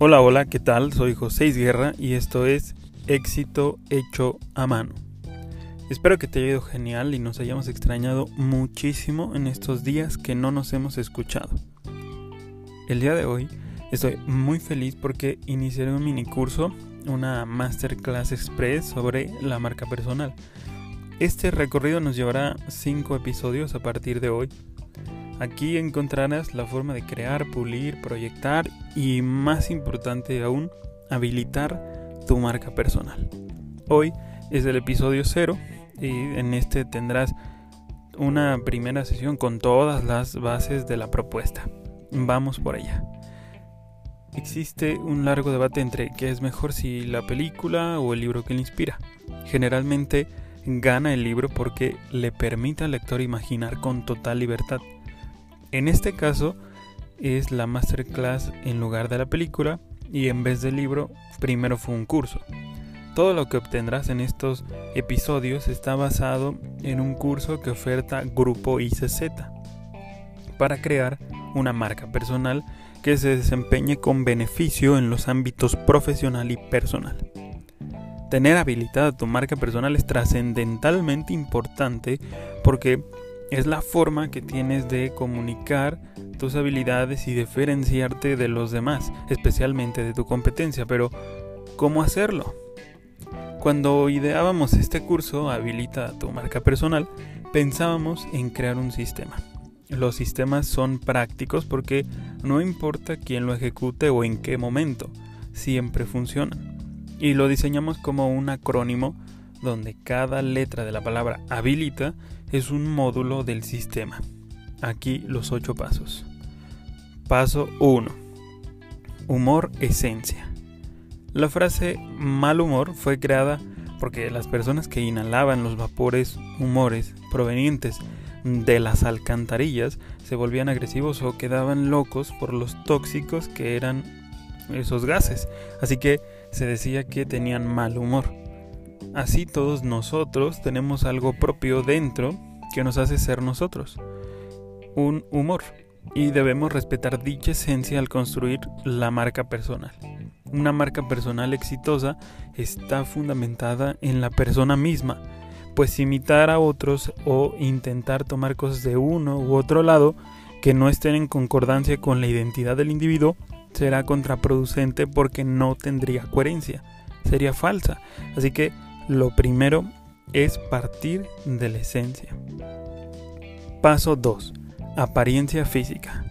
Hola, hola, ¿qué tal? Soy José Isguerra y esto es Éxito Hecho a Mano. Espero que te haya ido genial y nos hayamos extrañado muchísimo en estos días que no nos hemos escuchado. El día de hoy estoy muy feliz porque iniciaré un mini curso, una Masterclass Express sobre la marca personal. Este recorrido nos llevará 5 episodios a partir de hoy. Aquí encontrarás la forma de crear, pulir, proyectar y, más importante aún, habilitar tu marca personal. Hoy es el episodio 0 y en este tendrás una primera sesión con todas las bases de la propuesta. Vamos por allá. Existe un largo debate entre qué es mejor, si la película o el libro que le inspira. Generalmente gana el libro porque le permite al lector imaginar con total libertad. En este caso es la Masterclass en lugar de la película y en vez del libro primero fue un curso. Todo lo que obtendrás en estos episodios está basado en un curso que oferta Grupo ICZ para crear una marca personal que se desempeñe con beneficio en los ámbitos profesional y personal. Tener habilitada tu marca personal es trascendentalmente importante porque es la forma que tienes de comunicar tus habilidades y diferenciarte de los demás, especialmente de tu competencia. Pero, ¿cómo hacerlo? Cuando ideábamos este curso, Habilita tu marca personal, pensábamos en crear un sistema. Los sistemas son prácticos porque no importa quién lo ejecute o en qué momento, siempre funcionan. Y lo diseñamos como un acrónimo donde cada letra de la palabra habilita es un módulo del sistema. Aquí los 8 pasos. Paso 1. Humor esencia. La frase mal humor fue creada porque las personas que inhalaban los vapores humores provenientes de las alcantarillas se volvían agresivos o quedaban locos por los tóxicos que eran esos gases. Así que se decía que tenían mal humor. Así todos nosotros tenemos algo propio dentro que nos hace ser nosotros, un humor, y debemos respetar dicha esencia al construir la marca personal. Una marca personal exitosa está fundamentada en la persona misma, pues imitar a otros o intentar tomar cosas de uno u otro lado que no estén en concordancia con la identidad del individuo será contraproducente porque no tendría coherencia, sería falsa. Así que lo primero es partir de la esencia. Paso 2. Apariencia física.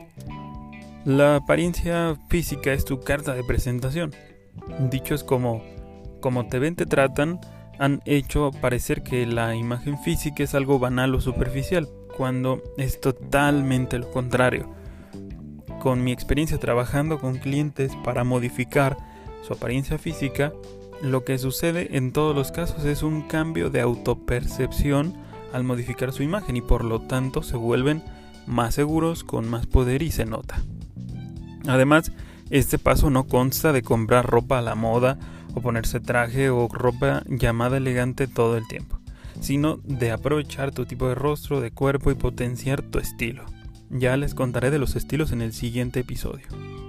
La apariencia física es tu carta de presentación. Dichos como te ven, te tratan han hecho parecer que la imagen física es algo banal o superficial, cuando es totalmente lo contrario. Con mi experiencia trabajando con clientes para modificar su apariencia física, lo que sucede en todos los casos es un cambio de autopercepción al modificar su imagen y por lo tanto se vuelven más seguros, con más poder y se nota. Además, este paso no consta de comprar ropa a la moda o ponerse traje o ropa llamada elegante todo el tiempo, sino de aprovechar tu tipo de rostro, de cuerpo y potenciar tu estilo. Ya les contaré de los estilos en el siguiente episodio.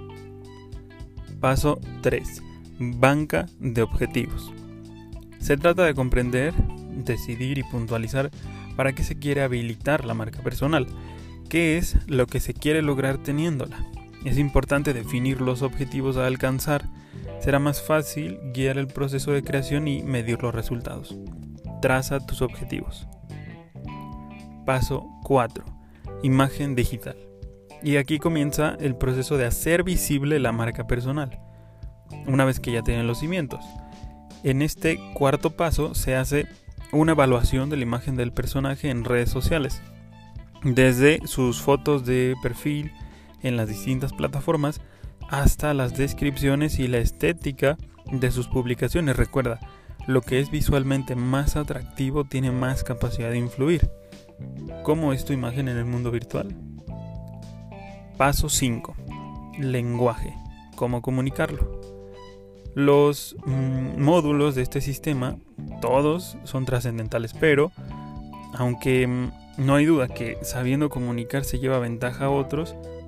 Paso 3. Banca de objetivos. Se trata de comprender, decidir y puntualizar para qué se quiere habilitar la marca personal, qué es lo que se quiere lograr teniéndola. Es importante definir los objetivos a alcanzar. Será más fácil guiar el proceso de creación y medir los resultados. Traza tus objetivos. Paso 4. Imagen digital. Y aquí comienza el proceso de hacer visible la marca personal, una vez que ya tienen los cimientos. En este cuarto paso se hace una evaluación de la imagen del personaje en redes sociales, desde sus fotos de perfil en las distintas plataformas hasta las descripciones y la estética de sus publicaciones. Recuerda, lo que es visualmente más atractivo tiene más capacidad de influir. ¿Cómo es tu imagen en el mundo virtual? Paso 5. Lenguaje. ¿Cómo comunicarlo? Los módulos de este sistema, todos son trascendentales, pero aunque no hay duda que sabiendo comunicar se lleva ventaja a otros,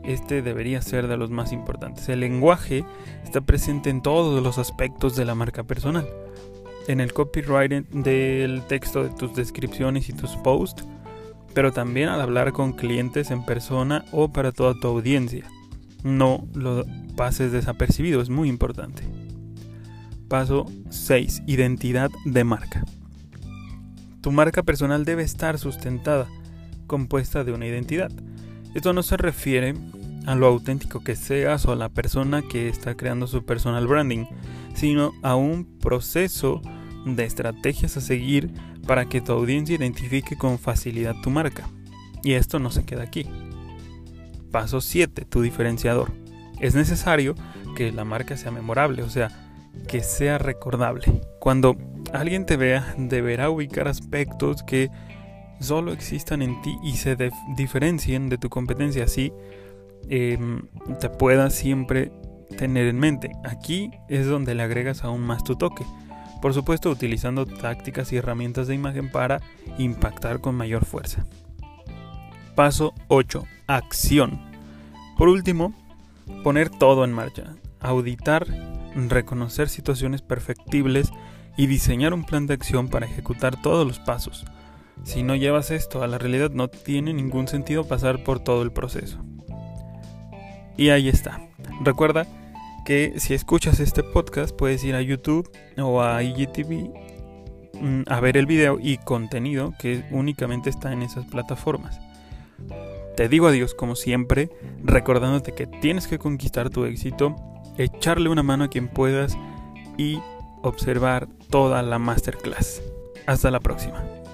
este debería ser de los más importantes. El lenguaje está presente en todos los aspectos de la marca personal. En el copyright del texto de tus descripciones y tus posts, pero también al hablar con clientes en persona o para toda tu audiencia. No lo pases desapercibido, es muy importante. Paso 6. Identidad de marca. Tu marca personal debe estar sustentada, compuesta de una identidad. Esto no se refiere a lo auténtico que seas o a la persona que está creando su personal branding, sino a un proceso de estrategias a seguir para que tu audiencia identifique con facilidad tu marca. Y esto no se queda aquí. Paso 7. Tu diferenciador. Es necesario que la marca sea memorable, o sea, que sea recordable. Cuando alguien te vea, deberá ubicar aspectos que solo existan en ti y se diferencien de tu competencia, así te pueda siempre tener en mente. Aquí es donde le agregas aún más tu toque, por supuesto utilizando tácticas y herramientas de imagen para impactar con mayor fuerza. Paso 8. Acción. Por último, poner todo en marcha, auditar, reconocer situaciones perfectibles y diseñar un plan de acción para ejecutar todos los pasos. Si no llevas esto a la realidad, no tiene ningún sentido pasar por todo el proceso. Y ahí está. Recuerda que si escuchas este podcast puedes ir a YouTube o a IGTV a ver el video y contenido que únicamente está en esas plataformas. Te digo adiós como siempre, recordándote que tienes que conquistar tu éxito, echarle una mano a quien puedas y observar toda la masterclass. Hasta la próxima.